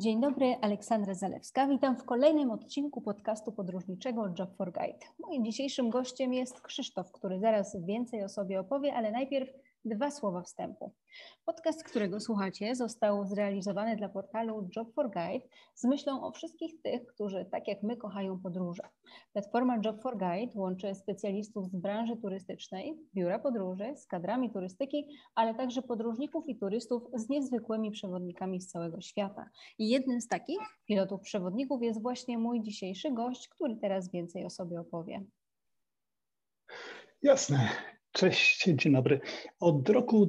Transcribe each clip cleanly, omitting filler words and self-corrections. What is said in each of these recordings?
Dzień dobry, Aleksandra Zalewska. Witam w kolejnym odcinku podcastu podróżniczego Job for Guide. Moim dzisiejszym gościem jest Krzysztof, który zaraz więcej o sobie opowie, ale najpierw 2 słowa wstępu. Podcast, którego słuchacie, został zrealizowany dla portalu Job for Guide z myślą o wszystkich tych, którzy tak jak my kochają podróże. Platforma Job for Guide łączy specjalistów z branży turystycznej, biura podróży, z kadrami turystyki, ale także podróżników i turystów z niezwykłymi przewodnikami z całego świata. I jednym z takich pilotów przewodników jest właśnie mój dzisiejszy gość, który teraz więcej o sobie opowie. Jasne. Cześć, dzień dobry. Od roku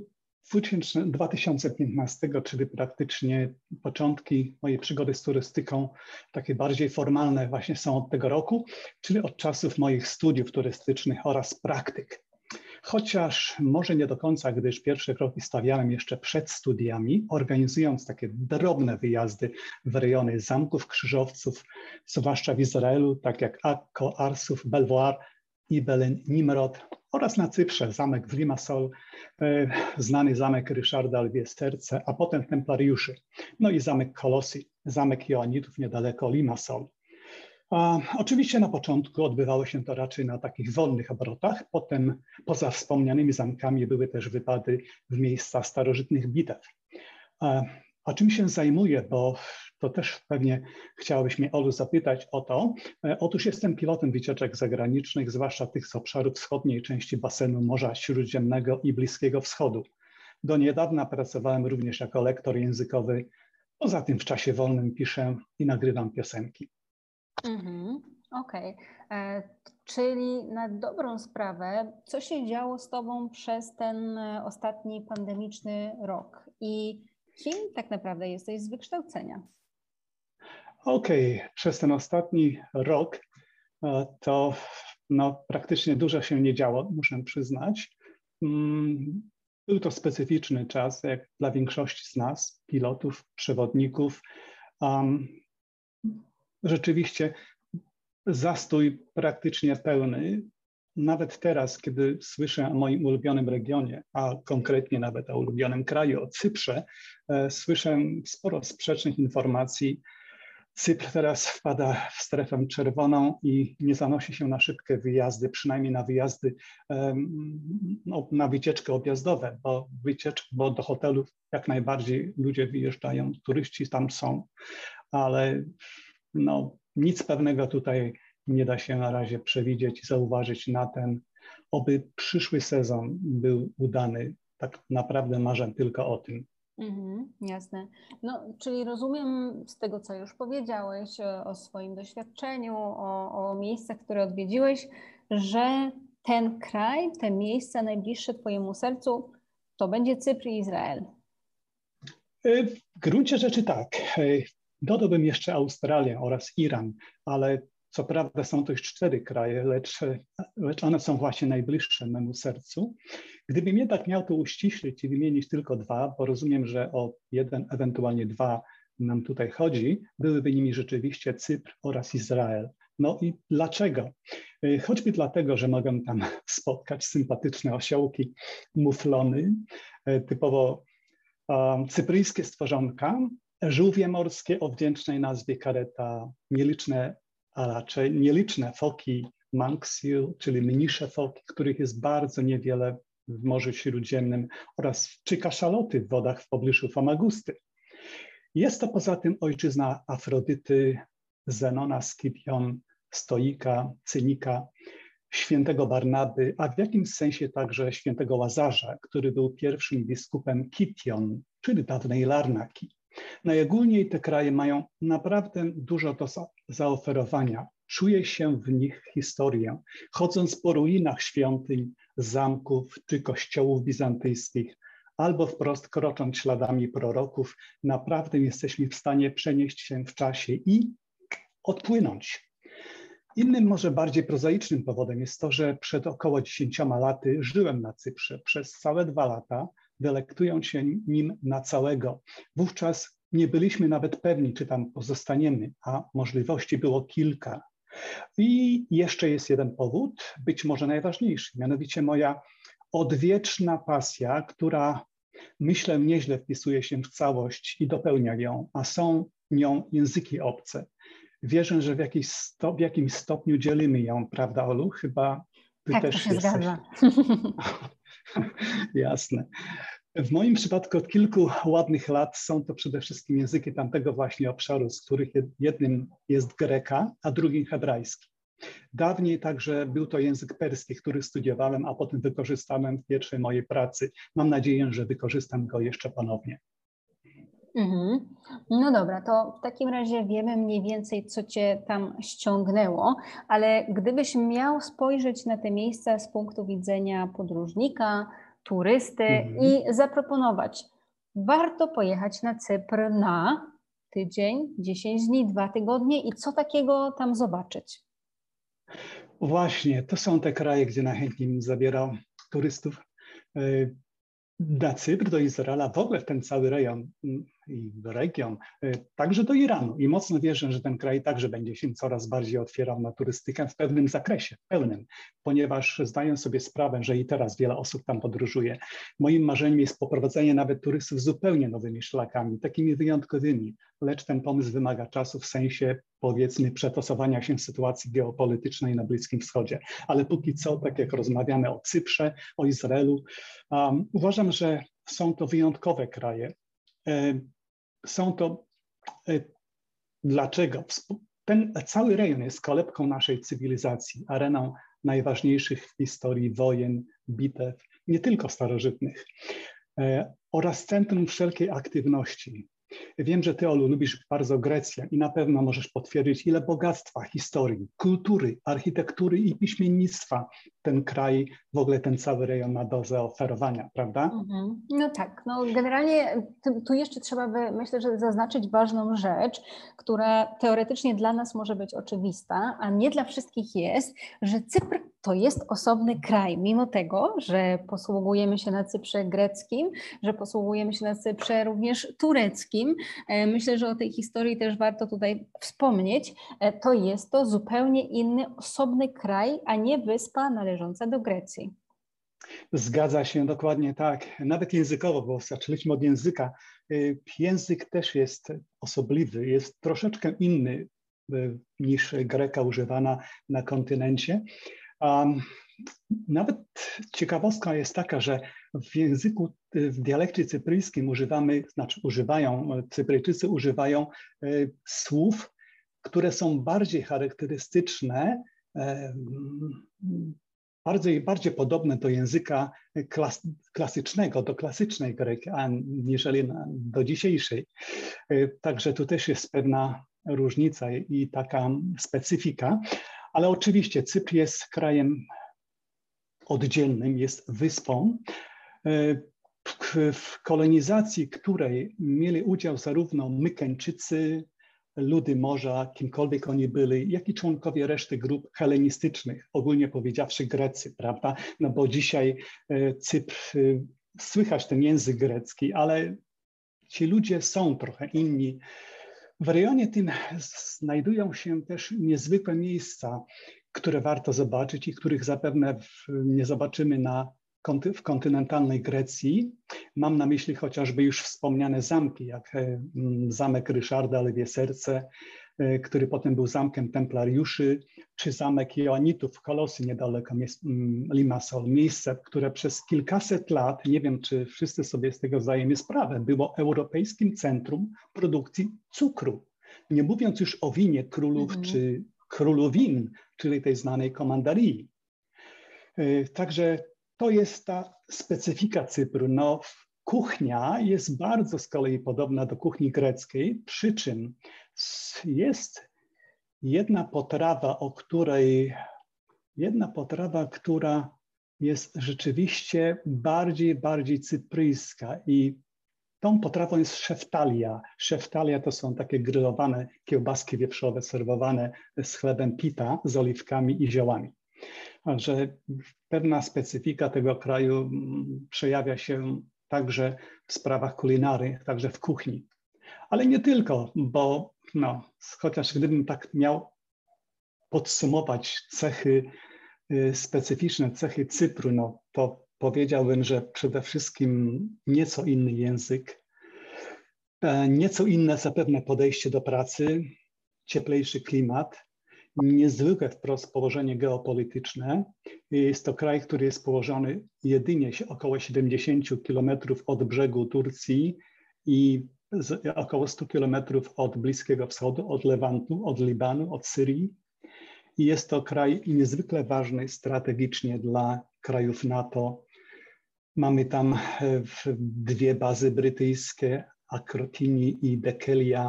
2015, czyli praktycznie początki mojej przygody z turystyką, takie bardziej formalne właśnie są od tego roku, czyli od czasów moich studiów turystycznych oraz praktyk. Chociaż może nie do końca, gdyż pierwsze kroki stawiałem jeszcze przed studiami, organizując takie drobne wyjazdy w rejony zamków, krzyżowców, zwłaszcza w Izraelu, tak jak Akko, Arsuf, Belvoir, Ibelin, Nimrod oraz na Cyprze zamek w Limassol, znany zamek Ryszarda Lwie Serce, a potem Templariuszy, no i zamek Kolossi, zamek Joannitów niedaleko Limassol. Oczywiście na początku odbywało się to raczej na takich wolnych obrotach, potem poza wspomnianymi zamkami były też wypady w miejsca starożytnych bitew. A czym się zajmuję, bo to też pewnie chciałabyś mnie, Olu, zapytać o to. Otóż jestem pilotem wycieczek zagranicznych, zwłaszcza tych z obszaru wschodniej części basenu Morza Śródziemnego i Bliskiego Wschodu. Do niedawna pracowałem również jako lektor językowy. Poza tym w czasie wolnym piszę i nagrywam piosenki. Okej. Czyli na dobrą sprawę, co się działo z Tobą przez ten ostatni pandemiczny rok i kim tak naprawdę jesteś z wykształcenia? Okej, przez ten ostatni rok to praktycznie dużo się nie działo, muszę przyznać. Był to specyficzny czas, jak dla większości z nas, pilotów, przewodników. Rzeczywiście zastój praktycznie pełny. Nawet teraz, kiedy słyszę o moim ulubionym regionie, a konkretnie nawet o ulubionym kraju, o Cyprze, słyszę sporo sprzecznych informacji. Cypr teraz wpada w strefę czerwoną i nie zanosi się na szybkie wyjazdy, przynajmniej na wyjazdy, na wycieczki objazdowe, bo do hotelów jak najbardziej ludzie wyjeżdżają, turyści tam są, ale nic pewnego tutaj nie da się na razie przewidzieć i zauważyć na ten, oby przyszły sezon był udany. Tak naprawdę marzę tylko o tym. Jasne. Czyli rozumiem z tego, co już powiedziałeś o swoim doświadczeniu, o miejscach, które odwiedziłeś, że ten kraj, te miejsca najbliższe Twojemu sercu, to będzie Cypr i Izrael. W gruncie rzeczy tak. Dodałbym jeszcze Australię oraz Iran, ale co prawda są to już 4 kraje, lecz one są właśnie najbliższe memu sercu. Gdybym jednak miał to uściślić i wymienić tylko 2, bo rozumiem, że o 1, ewentualnie 2 nam tutaj chodzi, byłyby nimi rzeczywiście Cypr oraz Izrael. No i dlaczego? Choćby dlatego, że mogę tam spotkać sympatyczne osiołki, muflony, typowo cypryjskie stworzonka, żółwie morskie o wdzięcznej nazwie kareta, nieliczne foki monk seal, czyli mnisze foki, których jest bardzo niewiele w Morzu Śródziemnym, czy kaszaloty w wodach w pobliżu Famagusty. Jest to poza tym ojczyzna Afrodyty, Zenona, Scipion, Stoika, Cynika, świętego Barnaby, a w jakimś sensie także świętego Łazarza, który był pierwszym biskupem Kition, czyli dawnej Larnaki. Najogólniej te kraje mają naprawdę dużo do zaoferowania. Czuje się w nich historię. Chodząc po ruinach świątyń, zamków czy kościołów bizantyjskich, albo wprost krocząc śladami proroków, naprawdę jesteśmy w stanie przenieść się w czasie i odpłynąć. Innym, może bardziej prozaicznym powodem jest to, że przed około 10 laty żyłem na Cyprze przez całe 2 lata, delektując się nim na całego. Wówczas nie byliśmy nawet pewni, czy tam pozostaniemy, a możliwości było kilka. I jeszcze jest jeden powód, być może najważniejszy, mianowicie moja odwieczna pasja, która myślę nieźle wpisuje się w całość i dopełnia ją, a są nią języki obce. Wierzę, że w jakimś stopniu dzielimy ją, prawda, Olu? Chyba ty Tak, też to się jesteś. zgadza. Jasne. W moim przypadku od kilku ładnych lat są to przede wszystkim języki tamtego właśnie obszaru, z których jednym jest greka, a drugim hebrajski. Dawniej także był to język perski, który studiowałem, a potem wykorzystałem w pierwszej mojej pracy. Mam nadzieję, że wykorzystam go jeszcze ponownie. Mhm. No dobra, to w takim razie wiemy mniej więcej, co cię tam ściągnęło, ale gdybyś miał spojrzeć na te miejsca z punktu widzenia podróżnika, turysty i zaproponować, warto pojechać na Cypr na tydzień, 10 dni, 2 tygodnie i co takiego tam zobaczyć? Właśnie, to są te kraje, gdzie najchętniej bym zabierał turystów. Na Cypr, do Izraela, w ogóle w ten cały rejon i region, także do Iranu. I mocno wierzę, że ten kraj także będzie się coraz bardziej otwierał na turystykę w pewnym zakresie, pełnym, ponieważ zdaję sobie sprawę, że i teraz wiele osób tam podróżuje. Moim marzeniem jest poprowadzenie nawet turystów zupełnie nowymi szlakami, takimi wyjątkowymi, lecz ten pomysł wymaga czasu w sensie, powiedzmy, przetasowania się sytuacji geopolitycznej na Bliskim Wschodzie. Ale póki co, tak jak rozmawiamy o Cyprze, o Izraelu, uważam, że są to wyjątkowe kraje. Są to, dlaczego? Ten cały rejon jest kolebką naszej cywilizacji, areną najważniejszych w historii wojen, bitew, nie tylko starożytnych, oraz centrum wszelkiej aktywności. Wiem, że ty, Olu, lubisz bardzo Grecję i na pewno możesz potwierdzić, ile bogactwa, historii, kultury, architektury i piśmiennictwa ten kraj, w ogóle ten cały rejon ma do zaoferowania, prawda? No tak, no generalnie tu jeszcze trzeba myślę, że zaznaczyć ważną rzecz, która teoretycznie dla nas może być oczywista, a nie dla wszystkich jest, że Cypr to jest osobny kraj, mimo tego, że posługujemy się na Cyprze greckim, że posługujemy się na Cyprze również tureckim. Myślę, że o tej historii też warto tutaj wspomnieć. To jest to zupełnie inny, osobny kraj, a nie wyspa należąca do Grecji. Zgadza się, dokładnie tak. Nawet językowo, bo zaczęliśmy od języka. Język też jest osobliwy, jest troszeczkę inny niż greka używana na kontynencie. Nawet ciekawostka jest taka, że w języku, w dialekcie cypryjskim Cypryjczycy używają słów, które są bardziej charakterystyczne, bardziej podobne do języka klasycznego, do klasycznej greki, aniżeli do dzisiejszej. Także tu też jest pewna różnica i taka specyfika. Ale oczywiście Cypr jest krajem oddzielnym, jest wyspą, w kolonizacji której mieli udział zarówno Mykeńczycy, ludy morza, kimkolwiek oni byli, jak i członkowie reszty grup helenistycznych, ogólnie powiedziawszy Grecy, prawda? No bo dzisiaj Cypr, słychać ten język grecki, ale ci ludzie są trochę inni. W rejonie tym znajdują się też niezwykłe miejsca, które warto zobaczyć i których zapewne nie zobaczymy w kontynentalnej Grecji. Mam na myśli chociażby już wspomniane zamki, jak zamek Ryszarda Lwie Serce, który potem był zamkiem templariuszy, czy zamek Joanitów w Kolosy niedaleko Limassol. Miejsce, które przez kilkaset lat, nie wiem czy wszyscy sobie z tego zdajemy sprawę, było europejskim centrum produkcji cukru. Nie mówiąc już o winie królów czy królu win, czyli tej znanej komandarii. Także to jest ta specyfika Cypru. No, kuchnia jest bardzo z kolei podobna do kuchni greckiej, przy czym jest jedna potrawa, która jest rzeczywiście bardziej cypryjska i tą potrawą jest szeftalia. Szeftalia to są takie grillowane kiełbaski wieprzowe serwowane z chlebem pita, z oliwkami i ziołami. Że pewna specyfika tego kraju przejawia się także w sprawach kulinarnych, także w kuchni. Ale nie tylko, bo chociaż gdybym tak miał podsumować specyficzne cechy Cypru, to powiedziałbym, że przede wszystkim nieco inny język, Nieco inne zapewne podejście do pracy, cieplejszy klimat, niezwykłe wprost położenie geopolityczne. Jest to kraj, który jest położony jedynie około 70 kilometrów od brzegu Turcji i około 100 kilometrów od Bliskiego Wschodu, od Lewantu, od Libanu, od Syrii. I jest to kraj niezwykle ważny strategicznie dla krajów NATO. Mamy tam dwie bazy brytyjskie, Akrotini i Dekelia.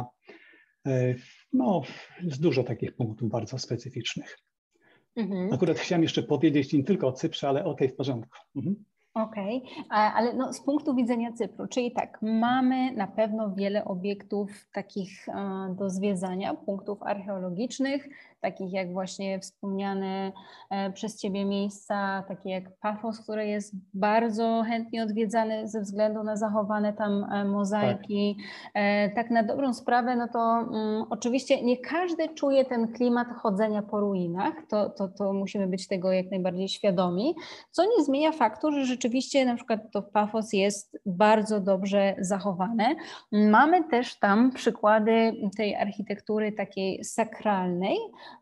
No, jest dużo takich punktów bardzo specyficznych. Akurat chciałem jeszcze powiedzieć nie tylko o Cyprze, ale okej, w porządku. Okej, ale no, z punktu widzenia Cypru, czyli tak, mamy na pewno wiele obiektów takich do zwiedzania, punktów archeologicznych, takich jak właśnie wspomniane przez Ciebie miejsca, takie jak Pafos, które jest bardzo chętnie odwiedzane ze względu na zachowane tam mozaiki. Tak na dobrą sprawę, no to oczywiście nie każdy czuje ten klimat chodzenia po ruinach, to musimy być tego jak najbardziej świadomi, co nie zmienia faktu, że rzeczywiście na przykład to Pafos jest bardzo dobrze zachowane. Mamy też tam przykłady tej architektury takiej sakralnej,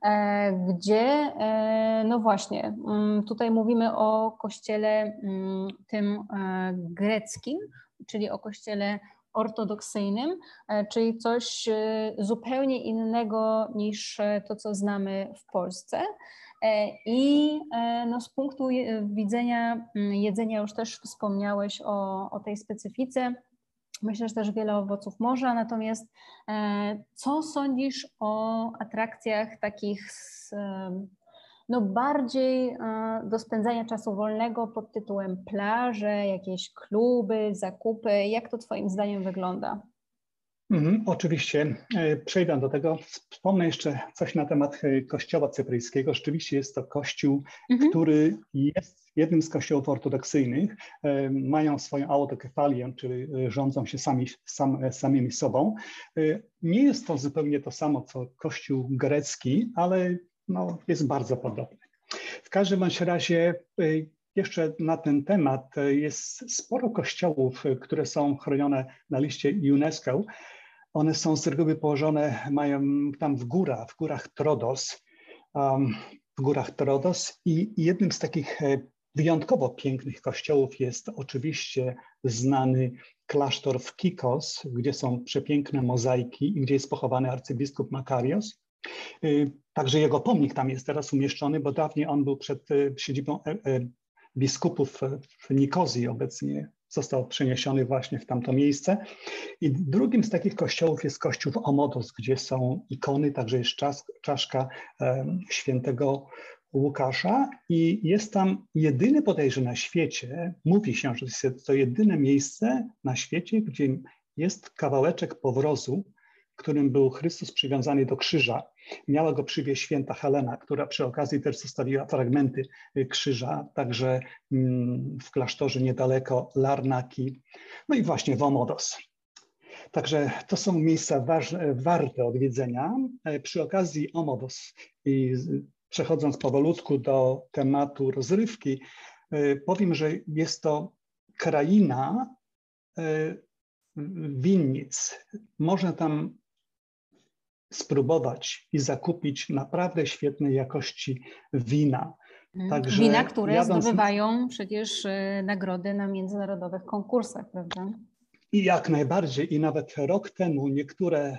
gdzie no właśnie tutaj mówimy o kościele tym greckim, czyli o kościele ortodoksyjnym, czyli coś zupełnie innego niż to, co znamy w Polsce. I no, z punktu widzenia jedzenia już też wspomniałeś o tej specyfice. Myślę, że też wiele owoców morza, natomiast co sądzisz o atrakcjach takich no, bardziej do spędzania czasu wolnego pod tytułem plaże, jakieś kluby, zakupy? Jak to Twoim zdaniem wygląda? Oczywiście, przejdę do tego. Wspomnę jeszcze coś na temat kościoła cypryjskiego. Rzeczywiście jest to kościół, który jest jednym z kościołów ortodoksyjnych. Mają swoją autokefalię, czyli rządzą się samymi sobą. Nie jest to zupełnie to samo, co kościół grecki, ale no, jest bardzo podobny. W każdym bądź razie jeszcze na ten temat jest sporo kościołów, które są chronione na liście UNESCO. One są z reguły położone, mają tam w górach Trodos i jednym z takich wyjątkowo pięknych kościołów jest oczywiście znany klasztor w Kikos, gdzie są przepiękne mozaiki i gdzie jest pochowany arcybiskup Makarios. Także jego pomnik tam jest teraz umieszczony, bo dawniej on był przed siedzibą biskupów w Nikozji, obecnie został przeniesiony właśnie w tamto miejsce. I drugim z takich kościołów jest kościół w Omodos, gdzie są ikony, także jest czaszka świętego Łukasza i jest tam jedyny bodajże na świecie, mówi się, że jest to jedyne miejsce na świecie, gdzie jest kawałeczek powrozu, którym był Chrystus przywiązany do krzyża. Miała go przywieźć święta Helena, która przy okazji też zostawiła fragmenty krzyża, także w klasztorze niedaleko Larnaki, no i właśnie w Omodos. Także to są miejsca warte odwiedzenia. Przy okazji Omodos i przechodząc powolutku do tematu rozrywki, powiem, że jest to kraina winnic. Można tam spróbować i zakupić naprawdę świetnej jakości wina. Także wina, które zdobywają przecież nagrody na międzynarodowych konkursach, prawda? I jak najbardziej. I nawet rok temu niektóre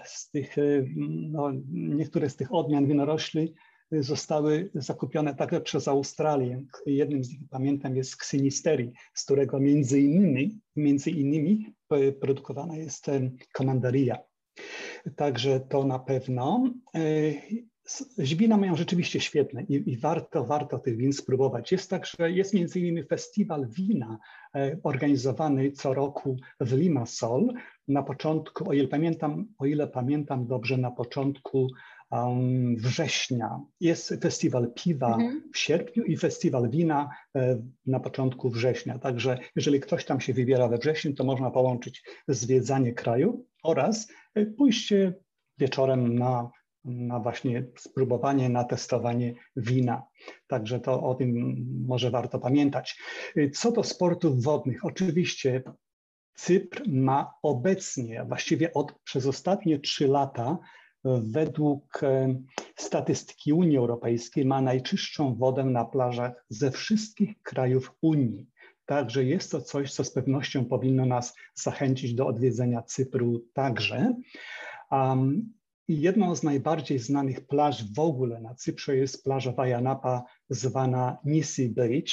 z tych odmian winorośli zostały zakupione także przez Australię. Jednym z nich, pamiętam, jest Xynisteri, z którego między innymi produkowana jest Commanderia. Także to na pewno. Wina mają rzeczywiście świetne i warto tych win spróbować. Jest między innymi festiwal wina organizowany co roku w Limassol. Na początku, o ile pamiętam dobrze, na początku września. Jest festiwal piwa w sierpniu i festiwal wina na początku września. Także jeżeli ktoś tam się wybiera we wrześniu, to można połączyć zwiedzanie kraju oraz pójście wieczorem na właśnie spróbowanie, na testowanie wina. Także to o tym może warto pamiętać. Co do sportów wodnych, oczywiście Cypr ma obecnie, właściwie przez ostatnie 3 lata, według statystyki Unii Europejskiej, ma najczystszą wodę na plażach ze wszystkich krajów Unii. Także jest to coś, co z pewnością powinno nas zachęcić do odwiedzenia Cypru także. Jedną z najbardziej znanych plaż w ogóle na Cyprze jest plaża w Ayia Napa, zwana Nissi Beach.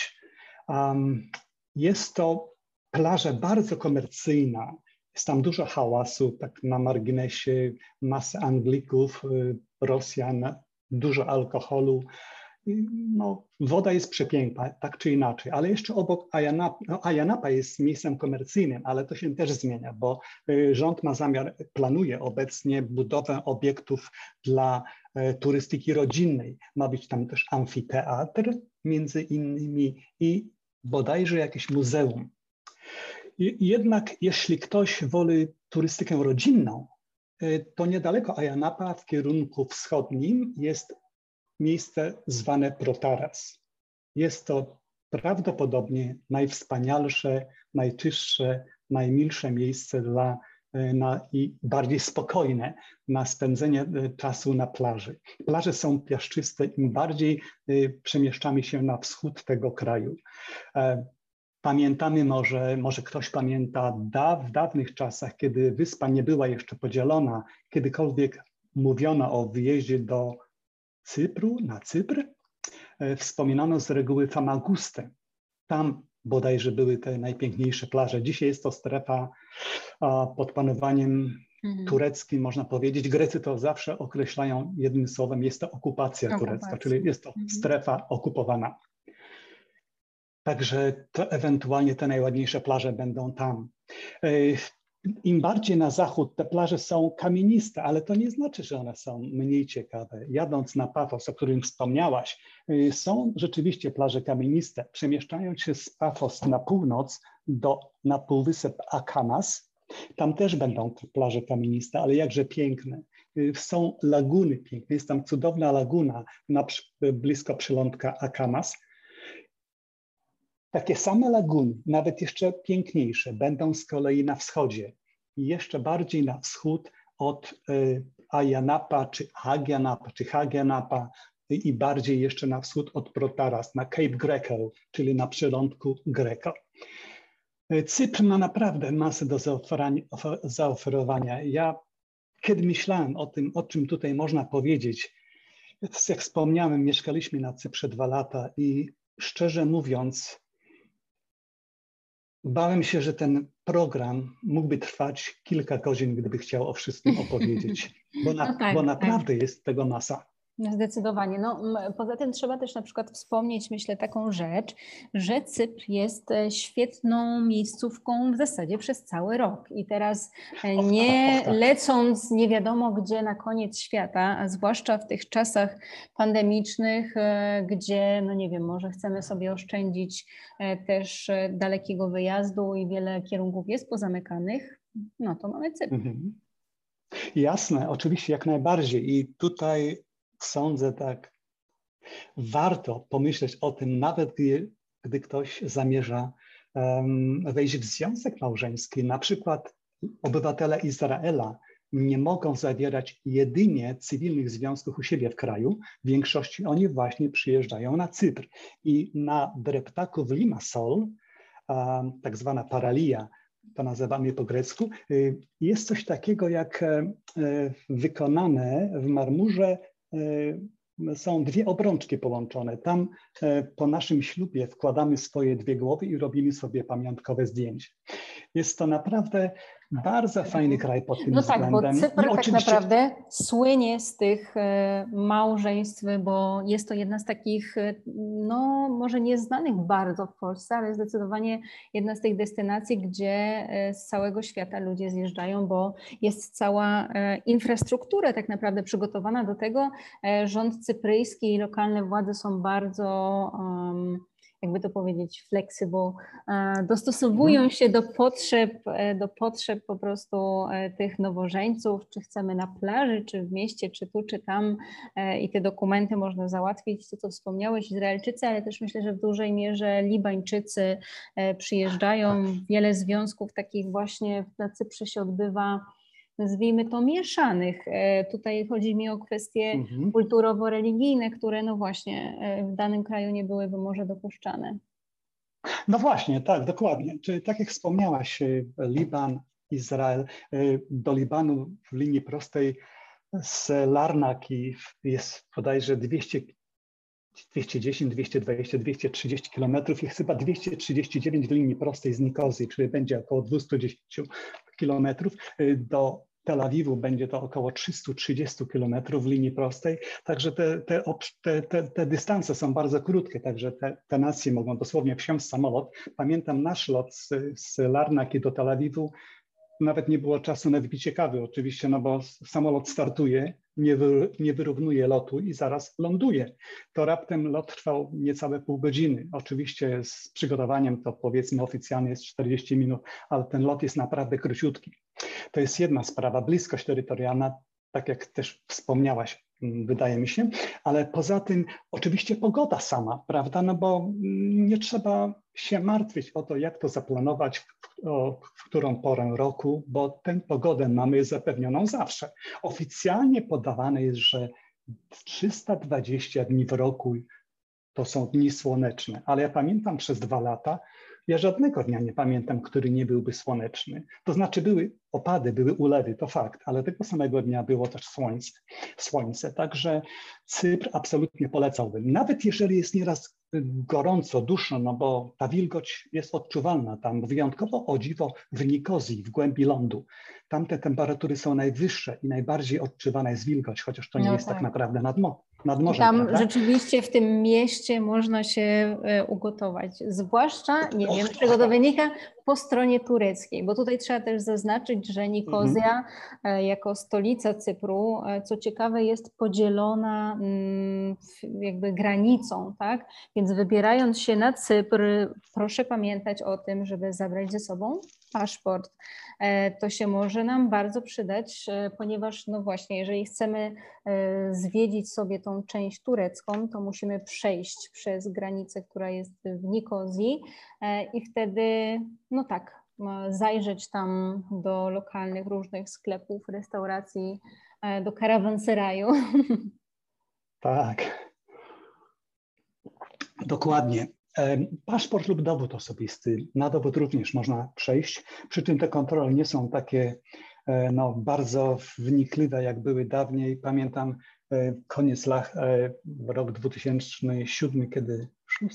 Jest to plaża bardzo komercyjna. Jest tam dużo hałasu, tak na marginesie, masę Anglików, Rosjan, dużo alkoholu. No, woda jest przepiękna, tak czy inaczej, ale jeszcze obok Ayia Napa jest miejscem komercyjnym, ale to się też zmienia, bo rząd planuje obecnie budowę obiektów dla turystyki rodzinnej. Ma być tam też amfiteatr między innymi i bodajże jakieś muzeum. Jednak jeśli ktoś woli turystykę rodzinną, to niedaleko Ayia Napa w kierunku wschodnim jest miejsce zwane Protaras. Jest to prawdopodobnie najwspanialsze, najczystsze, najmilsze miejsce i bardziej spokojne na spędzenie czasu na plaży. Plaże są piaszczyste, im bardziej przemieszczamy się na wschód tego kraju. Pamiętamy może ktoś pamięta w dawnych czasach, kiedy wyspa nie była jeszcze podzielona, kiedykolwiek mówiono o wyjeździe do Cypru, na Cypr, wspominano z reguły Famagustę. Tam bodajże były te najpiękniejsze plaże. Dzisiaj jest to strefa pod panowaniem tureckim, można powiedzieć. Grecy to zawsze określają jednym słowem, jest to okupacja turecka, czyli jest to strefa okupowana. Także to ewentualnie te najładniejsze plaże będą tam. Im bardziej na zachód te plaże są kamieniste, ale to nie znaczy, że one są mniej ciekawe. Jadąc na Pafos, o którym wspomniałaś, są rzeczywiście plaże kamieniste. Przemieszczając się z Pafos na północ na półwysep Akamas, tam też będą te plaże kamieniste, ale jakże piękne. Są laguny piękne, jest tam cudowna laguna blisko przylądka Akamas. Takie same laguny, nawet jeszcze piękniejsze, będą z kolei na wschodzie i jeszcze bardziej na wschód od Ayia Napa, czy Agia Napa, czy Hagia Napa i bardziej jeszcze na wschód od Protaras, na Cape Greco, czyli na przylądku Greco. Cypr ma naprawdę masę do zaoferowania. Ja, kiedy myślałem o tym, o czym tutaj można powiedzieć, jak wspomniałem, mieszkaliśmy na Cyprze 2 lata i szczerze mówiąc, bałem się, że ten program mógłby trwać kilka godzin, gdyby chciał o wszystkim opowiedzieć, bo naprawdę jest tego masa. Zdecydowanie. No, poza tym trzeba też na przykład wspomnieć, myślę, taką rzecz, że Cypr jest świetną miejscówką w zasadzie przez cały rok. I teraz nie lecąc nie wiadomo gdzie na koniec świata, a zwłaszcza w tych czasach pandemicznych, gdzie, no nie wiem, może chcemy sobie oszczędzić też dalekiego wyjazdu i wiele kierunków jest pozamykanych, no to mamy Cypr. Jasne, oczywiście, jak najbardziej. I tutaj sądzę, tak, warto pomyśleć o tym, nawet gdy ktoś zamierza wejść w związek małżeński. Na przykład obywatele Izraela nie mogą zawierać jedynie cywilnych związków u siebie w kraju. W większości oni właśnie przyjeżdżają na Cypr. I na dreptaku w Limassol, tak zwana paralia, to nazywamy po grecku, jest coś takiego jak wykonane w marmurze, są 2 obrączki połączone. Tam po naszym ślubie wkładamy swoje 2 głowy i robimy sobie pamiątkowe zdjęcie. Jest to naprawdę bardzo fajny kraj pod tym względem. No tak, bo Cypr tak naprawdę słynie z tych małżeństw, bo jest to jedna z takich, no może nieznanych bardzo w Polsce, ale zdecydowanie jedna z tych destynacji, gdzie z całego świata ludzie zjeżdżają, bo jest cała infrastruktura tak naprawdę przygotowana do tego. Rząd cypryjski i lokalne władze są bardzo jakby to powiedzieć, flexible, dostosowują się do potrzeb po prostu tych nowożeńców, czy chcemy na plaży, czy w mieście, czy tu, czy tam i te dokumenty można załatwić, to co wspomniałeś, Izraelczycy, ale też myślę, że w dużej mierze Libańczycy przyjeżdżają, wiele związków takich właśnie na Cyprze się odbywa, nazwijmy to mieszanych. Tutaj chodzi mi o kwestie kulturowo-religijne, które no właśnie w danym kraju nie byłyby może dopuszczane. No właśnie, tak, dokładnie. Czyli tak jak wspomniałaś, Liban, Izrael, do Libanu w linii prostej z Larnaki jest bodajże 210, 220, 230 kilometrów i chyba 239 w linii prostej z Nikozji, czyli będzie około 210 kilometrów. Do Tel Awiwu będzie to około 330 kilometrów w linii prostej, także te dystanse są bardzo krótkie, także te nacje mogą dosłownie wsiąść w samolot. Pamiętam nasz lot z Larnaki do Tel Awiwu, nawet nie było czasu na wypicie kawy oczywiście, no bo samolot startuje, nie wyrównuje lotu i zaraz ląduje. To raptem lot trwał niecałe pół godziny. Oczywiście z przygotowaniem to powiedzmy oficjalnie jest 40 minut, ale ten lot jest naprawdę króciutki. To jest jedna sprawa, bliskość terytorialna, tak jak też wspomniałaś, wydaje mi się, ale poza tym oczywiście pogoda sama, prawda, no bo nie trzeba się martwić o to, jak to zaplanować, w którą porę roku, bo tę pogodę mamy zapewnioną zawsze. Oficjalnie podawane jest, że 320 dni w roku to są dni słoneczne, ale ja pamiętam przez 2 lata, ja żadnego dnia nie pamiętam, który nie byłby słoneczny. To znaczy były opady, były ulewy, to fakt, ale tego samego dnia było też słońce. Także Cypr absolutnie polecałbym. Nawet jeżeli jest nieraz gorąco, duszno, no bo ta wilgoć jest odczuwalna tam, wyjątkowo o dziwo w Nikozji, w głębi lądu. Tam te temperatury są najwyższe i najbardziej odczuwana jest wilgoć, chociaż to nie jest tak naprawdę nad morzem. Tam prawda? rzeczywiście w tym mieście można się ugotować, zwłaszcza, nie wiem z czego to wynika, po stronie tureckiej, bo tutaj trzeba też zaznaczyć, że Nikozja jako stolica Cypru, co ciekawe, jest podzielona jakby granicą, tak? Więc wybierając się na Cypr, proszę pamiętać o tym, żeby zabrać ze sobą paszport. To się może nam bardzo przydać, ponieważ no właśnie, jeżeli chcemy zwiedzić sobie tą część turecką, to musimy przejść przez granicę, która jest w Nikozji i wtedy, no tak, zajrzeć tam do lokalnych różnych sklepów, restauracji, do karawanseraju. Tak, dokładnie. Paszport lub dowód osobisty. Na dowód również można przejść, przy czym te kontrole nie są takie no, bardzo wnikliwe, jak były dawniej. Pamiętam koniec lat, rok 2007, kiedy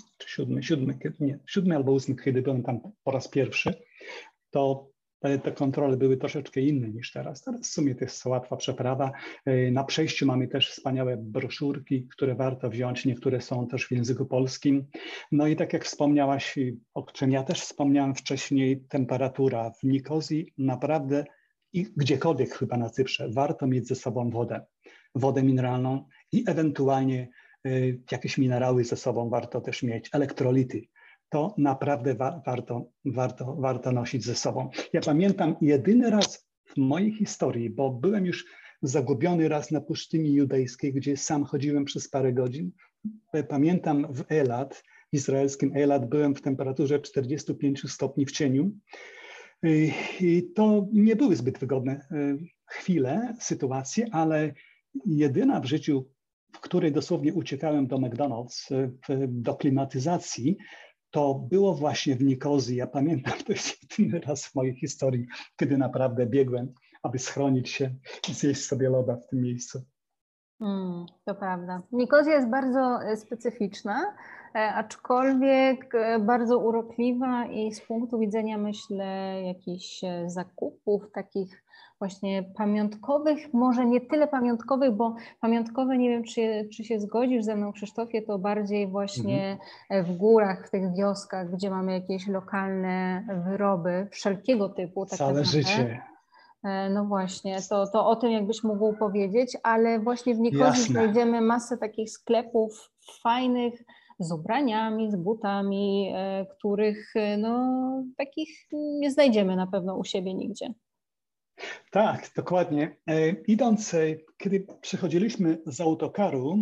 7 albo 8, kiedy byłem tam po raz pierwszy, to te kontrole były troszeczkę inne niż teraz. Teraz w sumie to jest łatwa przeprawa. Na przejściu mamy też wspaniałe broszurki, które warto wziąć. Niektóre są też w języku polskim. No i tak jak wspomniałaś, o czym ja też wspomniałem wcześniej, temperatura w Nikozji naprawdę i gdziekolwiek chyba na Cyprze warto mieć ze sobą wodę mineralną i ewentualnie jakieś minerały ze sobą warto też mieć, elektrolity. To naprawdę warto nosić ze sobą. Ja pamiętam jedyny raz w mojej historii, bo byłem już zagubiony raz na pustyni judejskiej, gdzie sam chodziłem przez parę godzin. Pamiętam w Elat, w izraelskim Elat, byłem w temperaturze 45 stopni w cieniu. I to nie były zbyt wygodne chwile, sytuacje, ale jedyna w życiu, w której dosłownie uciekałem do McDonald's, do klimatyzacji, to było właśnie w Nikozji. Ja pamiętam, to jest jedyny raz w mojej historii, kiedy naprawdę biegłem, aby schronić się i zjeść sobie loda w tym miejscu. To prawda. Nikozja jest bardzo specyficzna, aczkolwiek bardzo urokliwa i z punktu widzenia, myślę, jakichś zakupów takich właśnie pamiątkowych, może nie tyle pamiątkowych, bo pamiątkowe, nie wiem, czy się zgodzisz ze mną, Krzysztofie, to bardziej właśnie w górach, w tych wioskach, gdzie mamy jakieś lokalne wyroby wszelkiego typu. Tak Całe życie. No właśnie, to o tym jakbyś mógł powiedzieć, ale właśnie w Nikozji znajdziemy masę takich sklepów fajnych, z ubraniami, z butami, których no, takich nie znajdziemy na pewno u siebie nigdzie. Tak, dokładnie. Idąc, kiedy przechodziliśmy z autokaru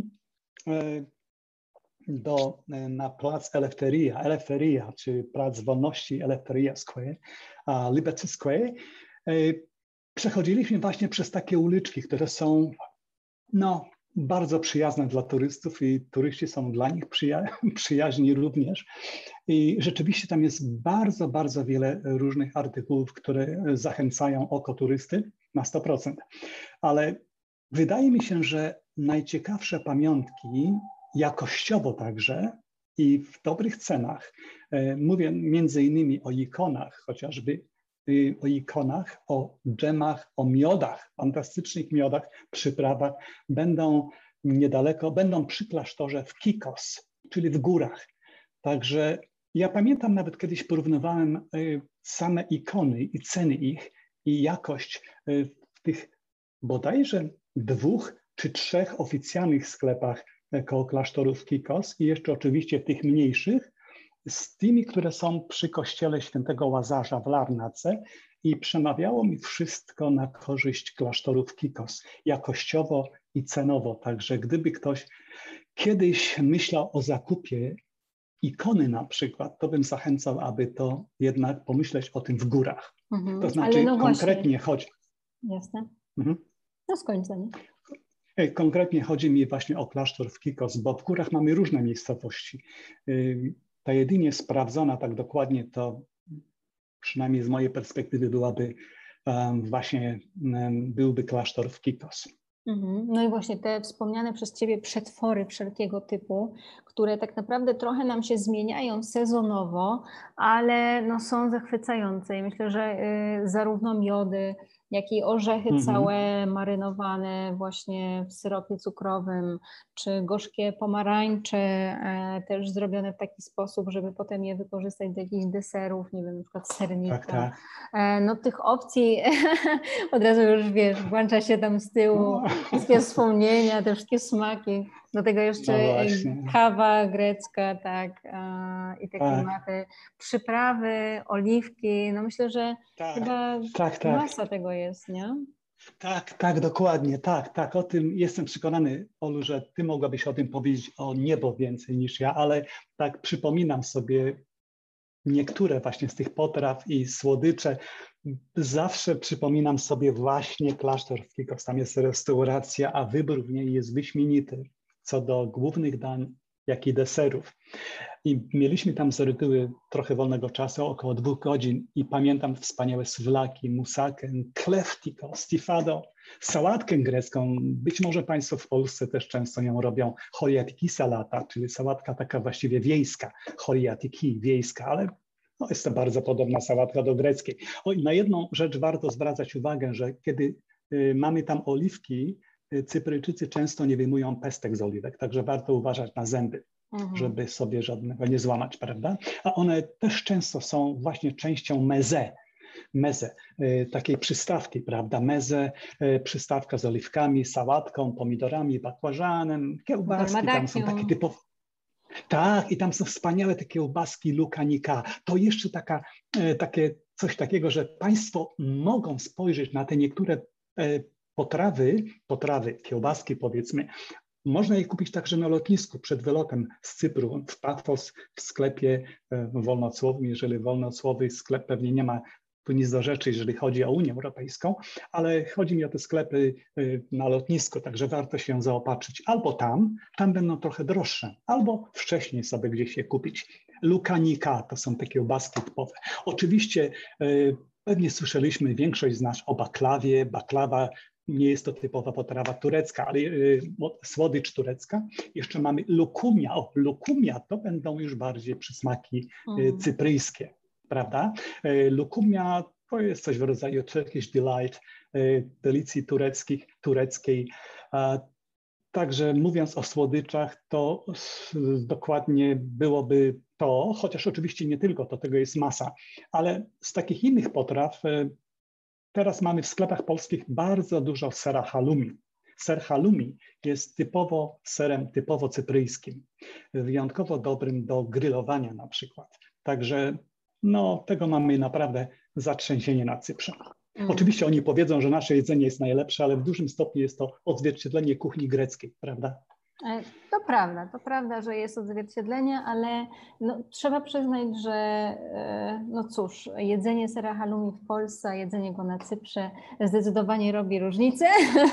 na plac Eleftheria, czy plac Wolności Eleftheria Square, Liberty Square, przechodziliśmy właśnie przez takie uliczki, które są bardzo przyjazne dla turystów i turyści są dla nich przyjaźni również. I rzeczywiście tam jest bardzo, bardzo wiele różnych artykułów, które zachęcają oko turysty na 100%. Ale wydaje mi się, że najciekawsze pamiątki, jakościowo także i w dobrych cenach, mówię między innymi o ikonach, chociażby o ikonach, o dżemach, o miodach, fantastycznych miodach, przyprawach, będą niedaleko, będą przy klasztorze w Kikos, czyli w górach. Także ja pamiętam nawet kiedyś porównywałem same ikony i ceny ich i jakość w tych bodajże 2 czy 3 oficjalnych sklepach koło klasztoru w Kikos i jeszcze oczywiście w tych mniejszych, z tymi, które są przy kościele świętego Łazarza w Larnace i przemawiało mi wszystko na korzyść klasztoru w Kikos, jakościowo i cenowo. Także gdyby ktoś kiedyś myślał o zakupie ikony na przykład, to bym zachęcał, aby to jednak pomyśleć o tym w górach. To znaczy ale konkretnie chodzi. Jasne. No skończ zdanie. Konkretnie chodzi mi właśnie o klasztor w Kikos, bo w górach mamy różne miejscowości. Ta jedynie sprawdzona tak dokładnie to, przynajmniej z mojej perspektywy, byłby klasztor w Kikos. No i właśnie te wspomniane przez Ciebie przetwory wszelkiego typu, które tak naprawdę trochę nam się zmieniają sezonowo, ale no są zachwycające i myślę, że zarówno miody, jak i orzechy całe marynowane właśnie w syropie cukrowym, czy gorzkie pomarańcze też zrobione w taki sposób, żeby potem je wykorzystać do jakichś deserów, nie wiem, na przykład sernika. Tak. No tych opcji od razu już wiesz, włącza się tam z tyłu wszystkie wspomnienia, te wszystkie smaki. Do tego jeszcze kawa grecka, tak, i takie machy, przyprawy, oliwki. No myślę, że chyba masa tego jest, nie? Tak, dokładnie, tak. O tym jestem przekonany, Olu, że ty mogłabyś o tym powiedzieć o niebo więcej niż ja, ale tak przypominam sobie niektóre właśnie z tych potraw i słodycze. Zawsze przypominam sobie właśnie klasztor w Kikos. Tam jest restauracja, a wybór w niej jest wyśmienity co do głównych dań, jak i deserów. I mieliśmy tam z reguły trochę wolnego czasu, około 2 godzin i pamiętam wspaniałe suwlaki, musakę, kleftiko, stifado, sałatkę grecką. Być może Państwo w Polsce też często ją robią, choriatiki salata, czyli sałatka taka właściwie wiejska, choriatiki wiejska, ale jest to bardzo podobna sałatka do greckiej. I na jedną rzecz warto zwracać uwagę, że kiedy mamy tam oliwki, Cypryjczycy często nie wyjmują pestek z oliwek, także warto uważać na zęby, żeby sobie żadnego nie złamać, prawda? A one też często są właśnie częścią meze, takiej przystawki, prawda? Meze, przystawka z oliwkami, sałatką, pomidorami, bakłażanem, kiełbaski, tam są takie typowe. Tak, i tam są wspaniałe te kiełbaski Lukanika. To jeszcze coś takiego, że Państwo mogą spojrzeć na te niektóre potrawy, kiełbaski powiedzmy. Można je kupić także na lotnisku przed wylotem z Cypru, w Paphos, w sklepie wolnocłowym. Jeżeli wolnocłowy sklep pewnie nie ma tu nic do rzeczy, jeżeli chodzi o Unię Europejską, ale chodzi mi o te sklepy na lotnisku, także warto się zaopatrzyć. Albo tam będą trochę droższe, albo wcześniej sobie gdzieś je kupić. Lukanika to są te kiełbaski typowe. Oczywiście pewnie słyszeliśmy większość z nas o baklawie. Baklawa nie jest to typowa potrawa turecka, ale słodycz turecka. Jeszcze mamy lukumia. Lukumia to będą już bardziej przysmaki cypryjskie, prawda? Lukumia to jest coś w rodzaju Turkish delight, delicji tureckiej. Także mówiąc o słodyczach, to dokładnie byłoby to, chociaż oczywiście nie tylko, to tego jest masa, ale z takich innych potraw teraz mamy w sklepach polskich bardzo dużo sera halloumi. ser halloumi jest serem typowo cypryjskim, wyjątkowo dobrym do grillowania na przykład. Także no, tego mamy naprawdę zatrzęsienie na Cyprze. Oczywiście oni powiedzą, że nasze jedzenie jest najlepsze, ale w dużym stopniu jest to odzwierciedlenie kuchni greckiej, prawda? To prawda, że jest odzwierciedlenie, ale no, trzeba przyznać, że no cóż, jedzenie sera halloumi w Polsce, a jedzenie go na Cyprze zdecydowanie robi różnicę.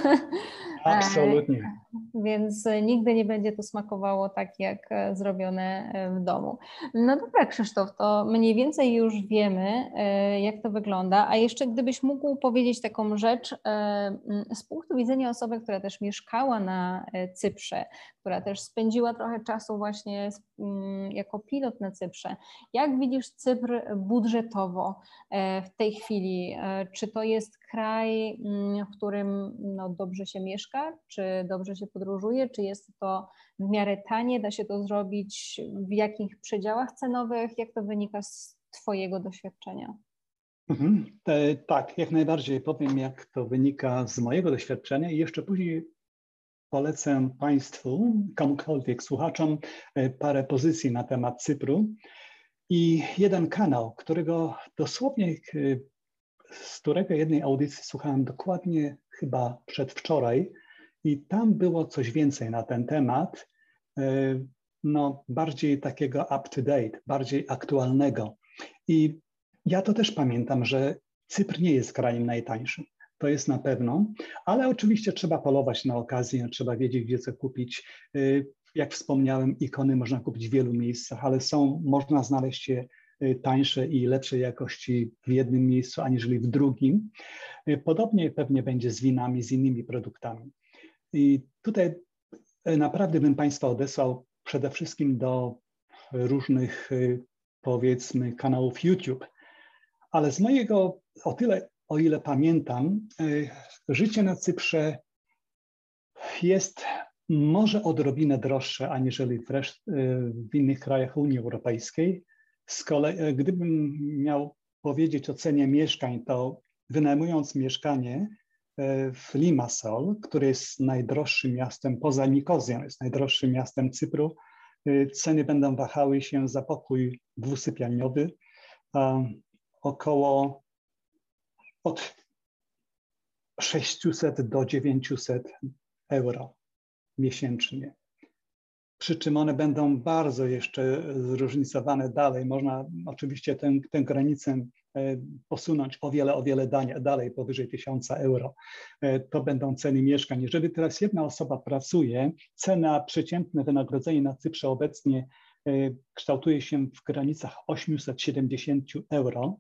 Absolutnie. Więc nigdy nie będzie to smakowało tak, jak zrobione w domu. No dobra, Krzysztof, to mniej więcej już wiemy, jak to wygląda, a jeszcze gdybyś mógł powiedzieć taką rzecz z punktu widzenia osoby, która też mieszkała na Cyprze, która też spędziła trochę czasu właśnie jako pilot na Cyprze. Jak widzisz Cypr budżetowo w tej chwili? Czy to jest kraj, w którym no, dobrze się mieszka, czy dobrze się podróżuje, czy jest to w miarę tanie, da się to zrobić w jakich przedziałach cenowych? Jak to wynika z Twojego doświadczenia? Tak, jak najbardziej powiem, jak to wynika z mojego doświadczenia i jeszcze później polecę Państwu, komukolwiek słuchaczom, parę pozycji na temat Cypru i jeden kanał, którego dosłownie, z którego jednej audycji słuchałem dokładnie chyba przedwczoraj i tam było coś więcej na ten temat, no bardziej takiego up to date, bardziej aktualnego. I ja to też pamiętam, że Cypr nie jest krajem najtańszym. To jest na pewno, ale oczywiście trzeba polować na okazję, trzeba wiedzieć, gdzie co kupić. Jak wspomniałem, ikony można kupić w wielu miejscach, ale można znaleźć je tańsze i lepszej jakości w jednym miejscu, aniżeli w drugim. Podobnie pewnie będzie z winami, z innymi produktami. I tutaj naprawdę bym Państwa odesłał przede wszystkim do różnych, powiedzmy, kanałów YouTube, ale z mojego, o ile pamiętam, życie na Cyprze jest może odrobinę droższe aniżeli w innych krajach Unii Europejskiej. Z kolei, gdybym miał powiedzieć o cenie mieszkań, to wynajmując mieszkanie w Limassol, które jest najdroższym miastem poza Nikozją, jest najdroższym miastem Cypru, ceny będą wahały się za pokój dwusypialniowy około od 600 do 900 euro miesięcznie. Przy czym one będą bardzo jeszcze zróżnicowane dalej. Można oczywiście tę granicę posunąć o wiele dalej, powyżej 1000 euro. To będą ceny mieszkań. Jeżeli teraz jedna osoba pracuje, cena przeciętne wynagrodzenie na Cyprze obecnie kształtuje się w granicach 870 euro,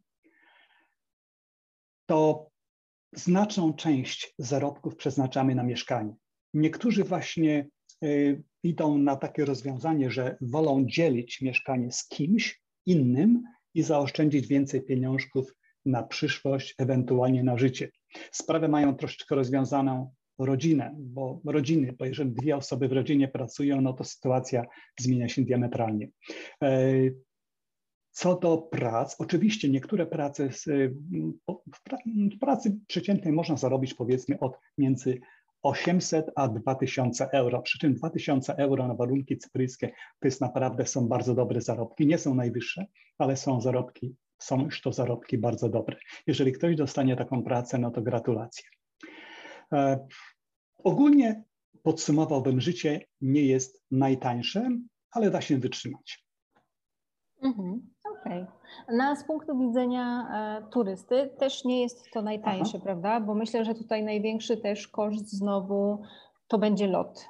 to znaczną część zarobków przeznaczamy na mieszkanie. Niektórzy właśnie idą na takie rozwiązanie, że wolą dzielić mieszkanie z kimś innym i zaoszczędzić więcej pieniążków na przyszłość, ewentualnie na życie. Sprawę mają troszeczkę rozwiązaną rodziny, bo jeżeli dwie osoby w rodzinie pracują, no to sytuacja zmienia się diametralnie. Co do prac, oczywiście niektóre prace, w pracy przeciętnej można zarobić powiedzmy od między 800 a 2000 euro, przy czym 2000 euro na warunki cypryjskie to jest naprawdę, są bardzo dobre zarobki. Nie są najwyższe, ale są już to zarobki bardzo dobre. Jeżeli ktoś dostanie taką pracę, no to gratulacje. Ogólnie podsumowałbym, życie nie jest najtańsze, ale da się wytrzymać. Okej. No, z punktu widzenia turysty też nie jest to najtańsze, prawda? Bo myślę, że tutaj największy też koszt znowu to będzie lot.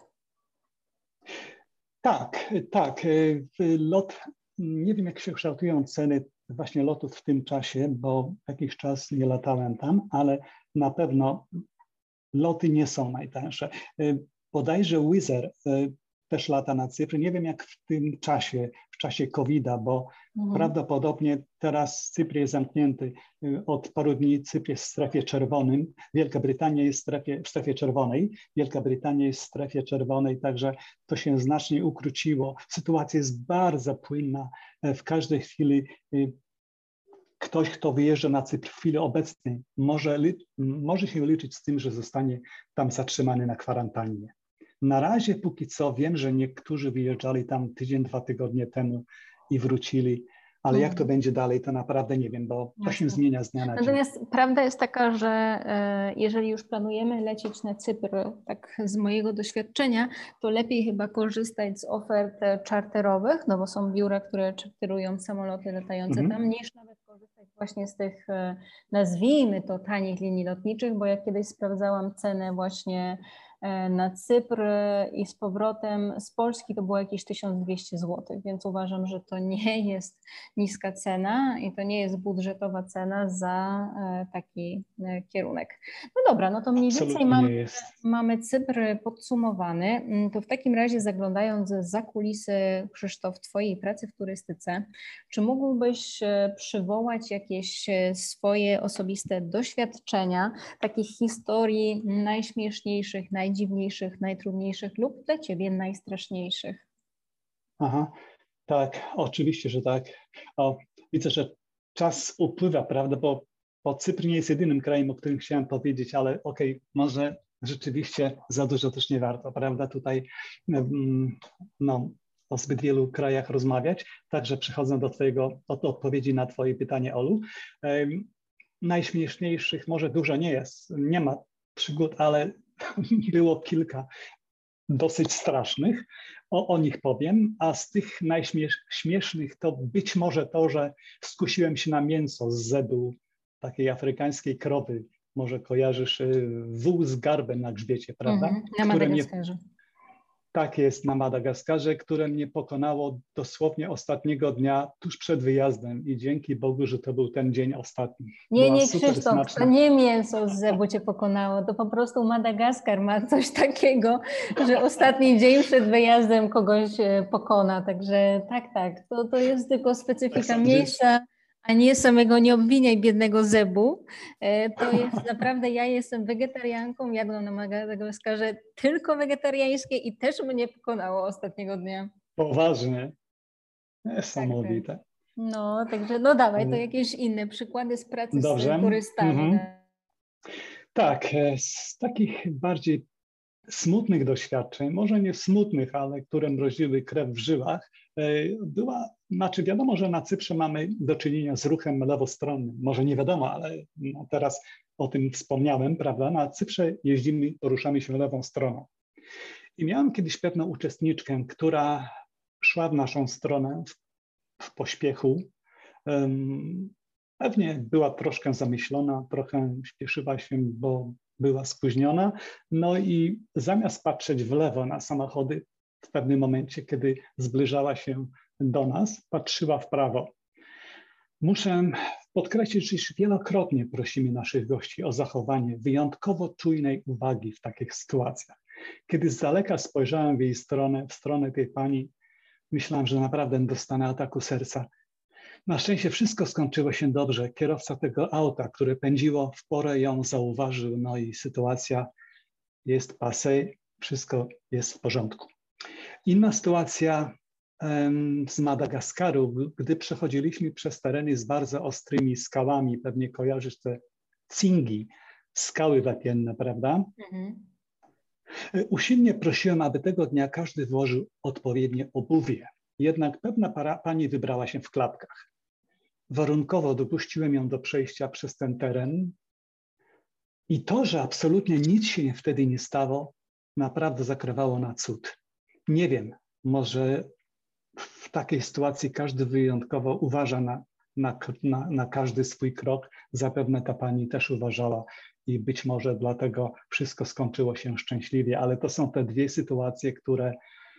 Tak. Lot, nie wiem jak się kształtują ceny właśnie lotów w tym czasie, bo jakiś czas nie latałem tam, ale na pewno loty nie są najtańsze. Bodajże Wizz Air też lata na Cypr. Nie wiem jak w tym czasie, w czasie COVID-a, bo prawdopodobnie teraz Cypr jest zamknięty. Od paru dni Cypr jest w strefie czerwonym. Wielka Brytania jest w strefie czerwonej. Wielka Brytania jest w strefie czerwonej, także to się znacznie ukróciło. Sytuacja jest bardzo płynna. W każdej chwili ktoś, kto wyjeżdża na Cypr w chwili obecnej, może się liczyć z tym, że zostanie tam zatrzymany na kwarantannie. Na razie póki co wiem, że niektórzy wyjeżdżali tam tydzień, 2 tygodnie temu i wrócili, ale jak to będzie dalej, to naprawdę nie wiem, bo to się zmienia z dnia na dzień. Natomiast prawda jest taka, że jeżeli już planujemy lecieć na Cypr, tak z mojego doświadczenia, to lepiej chyba korzystać z ofert czarterowych, no bo są biura, które czarterują samoloty latające tam, niż nawet korzystać właśnie z tych, nazwijmy to, tanich linii lotniczych, bo jak kiedyś sprawdzałam cenę właśnie na Cypr i z powrotem z Polski, to było jakieś 1200 zł, więc uważam, że to nie jest niska cena i to nie jest budżetowa cena za taki kierunek. No dobra, no to mniej więcej mamy Cypr podsumowany. To w takim razie, zaglądając za kulisy, Krzysztof, twojej pracy w turystyce, czy mógłbyś przywołać jakieś swoje osobiste doświadczenia, takich historii najśmieszniejszych, najdziwniejszych, najtrudniejszych lub dla ciebie najstraszniejszych? Aha, tak, oczywiście, że tak. Widzę, że czas upływa, prawda, bo Cypr nie jest jedynym krajem, o którym chciałem powiedzieć, ale okej, może rzeczywiście za dużo też nie warto, prawda, tutaj o zbyt wielu krajach rozmawiać, także przechodzę do odpowiedzi na twoje pytanie, Olu. Najśmieszniejszych może dużo nie jest, nie ma przygód, ale było kilka dosyć strasznych, o nich powiem, a z tych najśmiesznych to być może to, że skusiłem się na mięso z zebu takiej afrykańskiej krowy, może kojarzysz, wół z garbem na grzbiecie, prawda? Na Madagaskarze. Tak jest, na Madagaskarze, które mnie pokonało dosłownie ostatniego dnia, tuż przed wyjazdem i dzięki Bogu, że to był ten dzień ostatni. Nie, Krzysztof, to nie mięso z zebu cię pokonało, to po prostu Madagaskar ma coś takiego, że ostatni dzień przed wyjazdem kogoś pokona, także tak, to jest tylko specyfika miejsca, a nie samego, nie obwiniaj biednego zebu. To jest naprawdę, ja jestem wegetarianką, jadłam na Madagaskarze tylko wegetariańskie i też mnie pokonało ostatniego dnia. Poważnie. Niesamowite. Tak. No, także no dawaj, to jakieś inne przykłady z pracy z turystami. Tak, z takich bardziej smutnych doświadczeń, może nie smutnych, ale które mroziły krew w żyłach, wiadomo, że na Cyprze mamy do czynienia z ruchem lewostronnym. Może nie wiadomo, ale teraz o tym wspomniałem, prawda? Na Cyprze poruszamy się lewą stroną. I miałem kiedyś pewną uczestniczkę, która szła w naszą stronę w pośpiechu. Pewnie była troszkę zamyślona, trochę śpieszyła się, bo była spóźniona. No i zamiast patrzeć w lewo na samochody, w pewnym momencie, kiedy zbliżała się do nas, patrzyła w prawo. Muszę podkreślić, że już wielokrotnie prosimy naszych gości o zachowanie wyjątkowo czujnej uwagi w takich sytuacjach. Kiedy z daleka spojrzałem w jej stronę, w stronę tej pani, myślałem, że naprawdę dostanę ataku serca. Na szczęście wszystko skończyło się dobrze. Kierowca tego auta, które pędziło w porę, ją zauważył, no i sytuacja jest passé, wszystko jest w porządku. Inna sytuacja z Madagaskaru, gdy przechodziliśmy przez tereny z bardzo ostrymi skałami, pewnie kojarzysz te cingi, skały wapienne, prawda? Usilnie prosiłem, aby tego dnia każdy włożył odpowiednie obuwie. Jednak pewna pani wybrała się w klapkach. Warunkowo dopuściłem ją do przejścia przez ten teren i to, że absolutnie nic się wtedy nie stało, naprawdę zakrywało na cud. Nie wiem, może w takiej sytuacji każdy wyjątkowo uważa na każdy swój krok. Zapewne ta pani też uważała i być może dlatego wszystko skończyło się szczęśliwie, ale to są te dwie sytuacje, które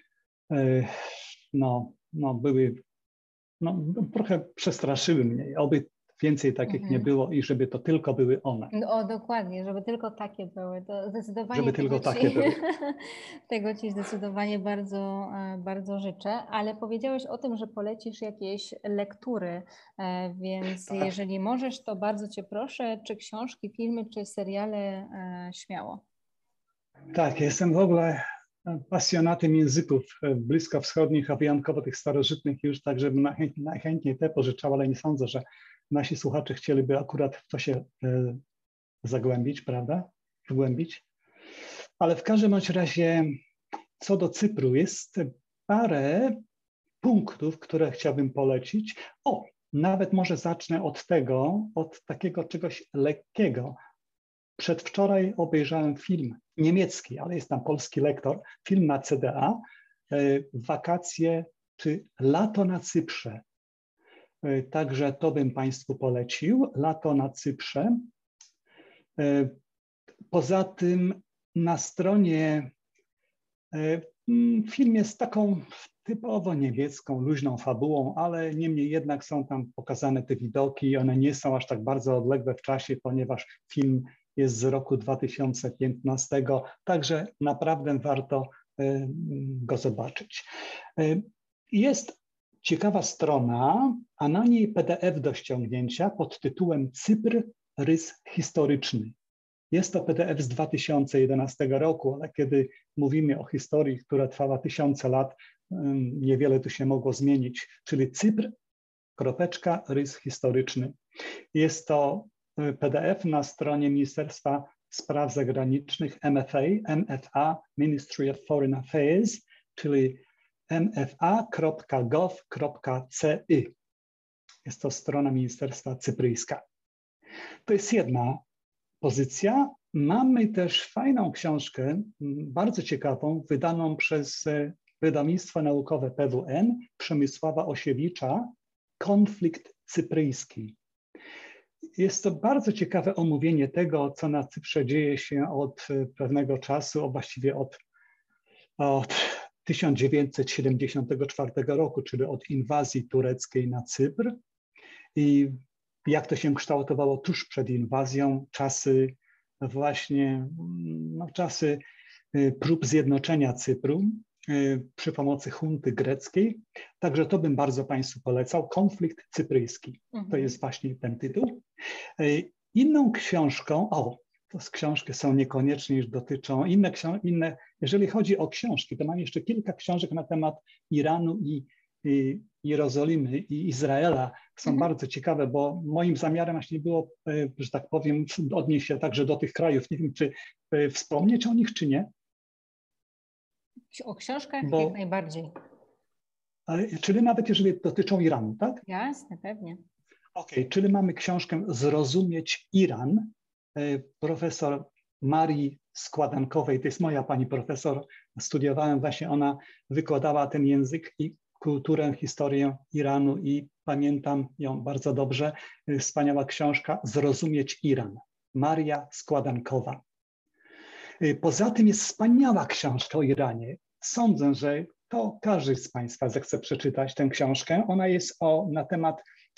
były, trochę przestraszyły mnie. Oby więcej takich nie było i żeby to tylko były one. Dokładnie, żeby tylko takie były. To zdecydowanie żeby tylko takie były. Tego ci zdecydowanie bardzo, bardzo życzę, ale powiedziałeś o tym, że polecisz jakieś lektury, więc jeżeli możesz, to bardzo cię proszę, czy książki, filmy, czy seriale, śmiało. Tak, jestem w ogóle pasjonatem języków bliskowschodnich, a wyjątkowo tych starożytnych już, tak żebym najchętniej te pożyczał, ale nie sądzę, że nasi słuchacze chcieliby akurat w to się zagłębić, prawda? Wgłębić. Ale w każdym bądź razie co do Cypru jest parę punktów, które chciałbym polecić. Nawet może zacznę od tego, od takiego czegoś lekkiego. Przedwczoraj obejrzałem film niemiecki, ale jest tam polski lektor, film na CDA, Wakacje czy Lato na Cyprze. Także to bym Państwu polecił, Lato na Cyprze. Poza tym na stronie film jest taką typowo niemiecką, luźną fabułą, ale niemniej jednak są tam pokazane te widoki i one nie są aż tak bardzo odległe w czasie, ponieważ film jest z roku 2015, także naprawdę warto go zobaczyć. Jest ciekawa strona, a na niej PDF do ściągnięcia pod tytułem Cypr, rys historyczny. Jest to PDF z 2011 roku, ale kiedy mówimy o historii, która trwała tysiące lat, niewiele tu się mogło zmienić, czyli Cypr, rys historyczny. Jest to PDF na stronie Ministerstwa Spraw Zagranicznych MFA, Ministry of Foreign Affairs, czyli mfa.gov.cy. Jest to strona Ministerstwa Cypryjska. To jest jedna pozycja. Mamy też fajną książkę, bardzo ciekawą, wydaną przez wydawnictwo naukowe PWN Przemysława Osiewicza, Konflikt cypryjski. Jest to bardzo ciekawe omówienie tego, co na Cyprze dzieje się od pewnego czasu, właściwie od 1974 roku, czyli od inwazji tureckiej na Cypr i jak to się kształtowało tuż przed inwazją, czasy prób zjednoczenia Cypru przy pomocy hunty greckiej. Także to bym bardzo Państwu polecał. Konflikt cypryjski. To jest właśnie ten tytuł. Inną książką, to książki są niekoniecznie, już dotyczą inne, jeżeli chodzi o książki, to mam jeszcze kilka książek na temat Iranu i Jerozolimy i Izraela. Są bardzo ciekawe, bo moim zamiarem właśnie było, że tak powiem, odnieść się także do tych krajów. Nie wiem, czy wspomnieć o nich, czy nie. O książkach jak najbardziej. Czyli nawet jeżeli dotyczą Iranu, tak? Jasne, pewnie. Okej, czyli mamy książkę Zrozumieć Iran, profesor Marii Składankowej, to jest moja pani profesor, studiowałem właśnie, ona wykładała ten język i kulturę, historię Iranu i pamiętam ją bardzo dobrze. Wspaniała książka Zrozumieć Iran, Maria Składankowa. Poza tym jest wspaniała książka o Iranie. Sądzę, że to każdy z Państwa zechce przeczytać tę książkę. Ona jest na temat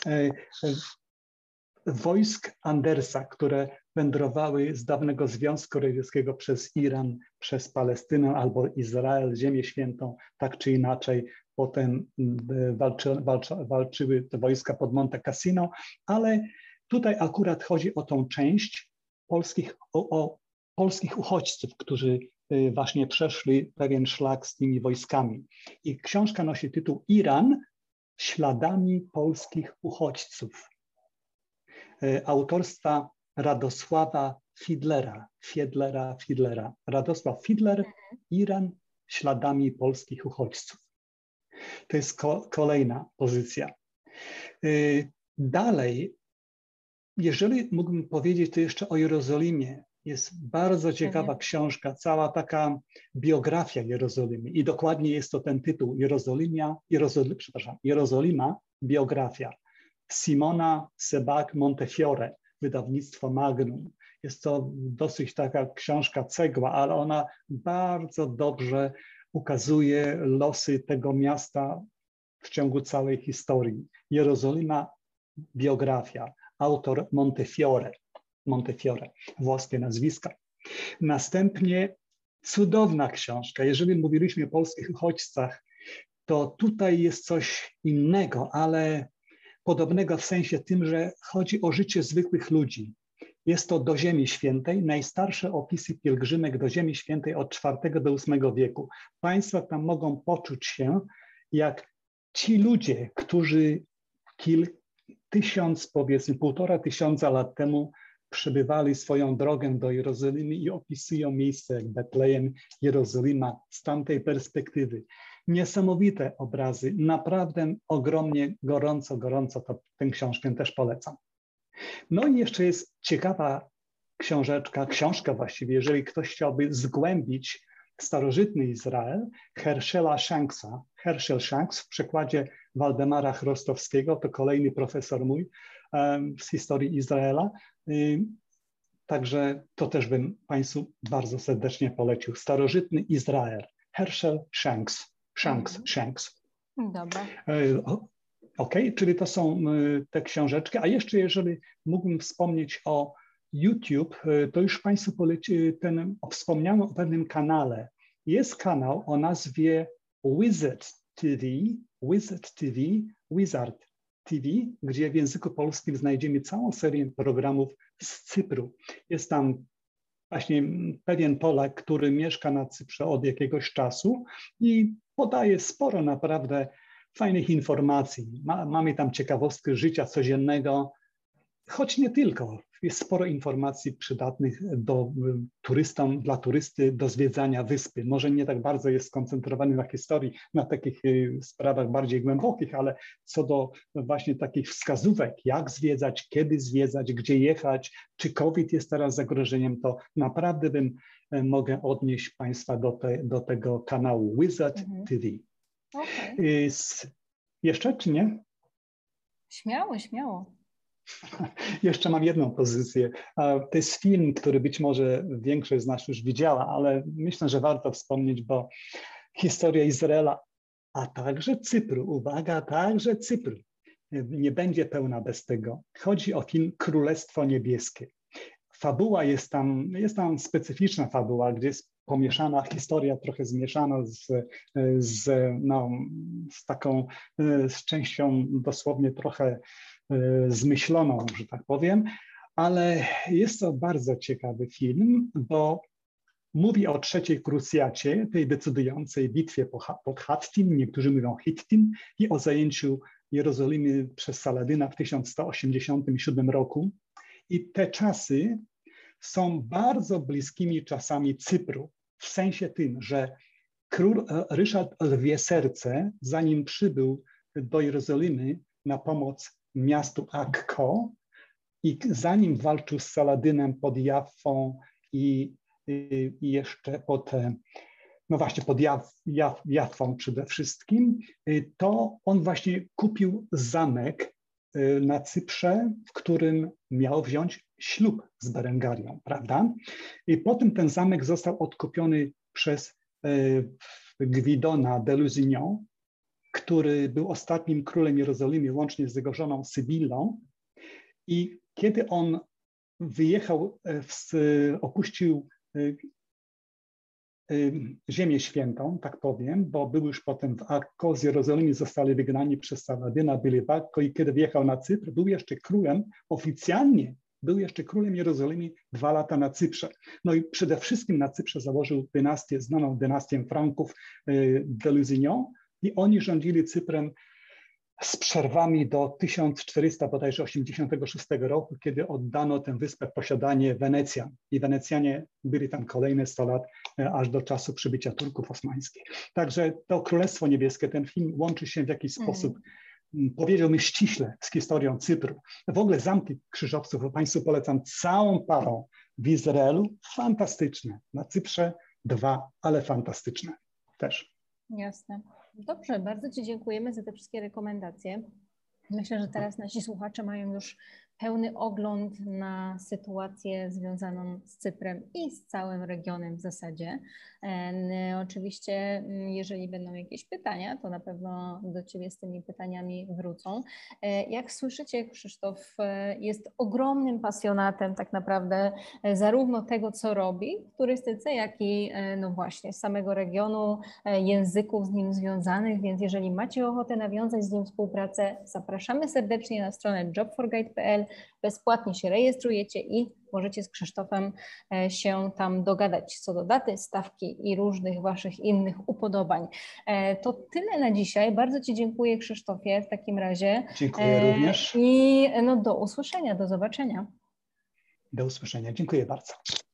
wojsk Andersa, które wędrowały z dawnego Związku Radzieckiego przez Iran, przez Palestynę albo Izrael, Ziemię Świętą, tak czy inaczej. Potem walczyły te wojska pod Monte Cassino, ale tutaj akurat chodzi o tą część polskich uchodźców, którzy właśnie przeszli pewien szlak z tymi wojskami. I książka nosi tytuł Iran śladami polskich uchodźców. Autorstwa Radosława Fidlera. Radosław Fidler, Iran śladami polskich uchodźców. To jest kolejna pozycja. Dalej, jeżeli mógłbym powiedzieć to jeszcze o Jerozolimie, jest bardzo ciekawa książka, cała taka biografia Jerozolimy i dokładnie jest to ten tytuł, Jerozolima, biografia. Simona Sebag Montefiore, wydawnictwo Magnum. Jest to dosyć taka książka cegła, ale ona bardzo dobrze ukazuje losy tego miasta w ciągu całej historii. Jerozolima, biografia. Autor Montefiore, włoskie nazwiska. Następnie cudowna książka. Jeżeli mówiliśmy o polskich uchodźcach, to tutaj jest coś innego, ale podobnego w sensie tym, że chodzi o życie zwykłych ludzi. Jest to Do Ziemi Świętej, najstarsze opisy pielgrzymek do Ziemi Świętej od IV do VIII wieku. Państwo tam mogą poczuć się jak ci ludzie, którzy powiedzmy 1500 lat temu przebywali swoją drogę do Jerozolimy i opisują miejsce jak Betlejem, Jerozolima z tamtej perspektywy. Niesamowite obrazy, naprawdę ogromnie, gorąco tę książkę też polecam. No i jeszcze jest ciekawa książka właściwie, jeżeli ktoś chciałby zgłębić starożytny Izrael, Herschela Shanksa. Herschel Shanks w przekładzie Waldemara Chrostowskiego, to kolejny profesor mój z historii Izraela. Także to też bym Państwu bardzo serdecznie polecił. Starożytny Izrael, Herschel Shanks. Shanks. Dobra. Okej, czyli to są te książeczki. A jeszcze jeżeli mógłbym wspomnieć o YouTube, to już Państwu wspomniałem o pewnym kanale. Jest kanał o nazwie Wizard TV, gdzie w języku polskim znajdziemy całą serię programów z Cypru. Jest tam właśnie pewien Polak, który mieszka na Cyprze od jakiegoś czasu i podaje sporo naprawdę fajnych informacji. Mamy tam ciekawostki życia codziennego, choć nie tylko. Jest sporo informacji przydatnych dla turysty do zwiedzania wyspy. Może nie tak bardzo jest skoncentrowany na historii, na takich sprawach bardziej głębokich, ale co do właśnie takich wskazówek, jak zwiedzać, kiedy zwiedzać, gdzie jechać, czy COVID jest teraz zagrożeniem, to naprawdę mogę odnieść Państwa do tego kanału Wizard TV. Okay. Jeszcze czy nie? Śmiało. Jeszcze mam jedną pozycję. To jest film, który być może większość z nas już widziała, ale myślę, że warto wspomnieć, bo historia Izraela, a także Cypru, uwaga, także Cypru, nie będzie pełna bez tego. Chodzi o film Królestwo Niebieskie. Fabuła jest tam specyficzna fabuła, gdzie jest pomieszana historia, trochę zmieszana z częścią dosłownie trochę zmyśloną, że tak powiem, ale jest to bardzo ciekawy film, bo mówi o trzeciej krucjacie, tej decydującej bitwie pod Hattim, niektórzy mówią Hittim, i o zajęciu Jerozolimy przez Saladyna w 1187 roku. I te czasy są bardzo bliskimi czasami Cypru, w sensie tym, że król Ryszard Lwie Serce, zanim przybył do Jerozolimy na pomoc miastu Akko i zanim walczył z Saladynem pod Jaffą i jeszcze pod Jaffą przede wszystkim, to on właśnie kupił zamek na Cyprze, w którym miał wziąć ślub z Berengarią, prawda? I potem ten zamek został odkupiony przez Gwidona de Lusignan, który był ostatnim królem Jerozolimy, łącznie z jego żoną Sybillą. I kiedy on wyjechał, opuścił Ziemię Świętą, tak powiem, bo był już potem w Akko, z Jerozolimy zostali wygnani przez Saladyna, byli w Akko, i kiedy wjechał na Cypr, był jeszcze królem, oficjalnie był jeszcze królem Jerozolimy 2 lata na Cyprze. No i przede wszystkim na Cyprze założył dynastię, znaną dynastię Franków de Lusignan, i oni rządzili Cyprem z przerwami do 1486 roku, kiedy oddano tę wyspę w posiadanie Wenecjan. I Wenecjanie byli tam kolejne 100 lat, aż do czasu przybycia Turków osmańskich. Także to Królestwo Niebieskie, ten film łączy się w jakiś sposób, powiedziałbym, ściśle z historią Cypru. W ogóle Zamki Krzyżowców Państwu polecam całą parą w Izraelu. Fantastyczne. Na Cyprze 2, ale fantastyczne też. Jasne. Dobrze, bardzo Ci dziękujemy za te wszystkie rekomendacje. Myślę, że teraz nasi słuchacze mają już pełny ogląd na sytuację związaną z Cyprem i z całym regionem w zasadzie. Oczywiście, jeżeli będą jakieś pytania, to na pewno do Ciebie z tymi pytaniami wrócą. Jak słyszycie, Krzysztof jest ogromnym pasjonatem tak naprawdę zarówno tego, co robi w turystyce, jak i no właśnie samego regionu, języków z nim związanych, więc jeżeli macie ochotę nawiązać z nim współpracę, zapraszamy serdecznie na stronę jobforguide.pl, bezpłatnie się rejestrujecie i możecie z Krzysztofem się tam dogadać co do daty, stawki i różnych Waszych innych upodobań. To tyle na dzisiaj. Bardzo Ci dziękuję, Krzysztofie, w takim razie. Dziękuję również. I no, do usłyszenia, do zobaczenia. Do usłyszenia. Dziękuję bardzo.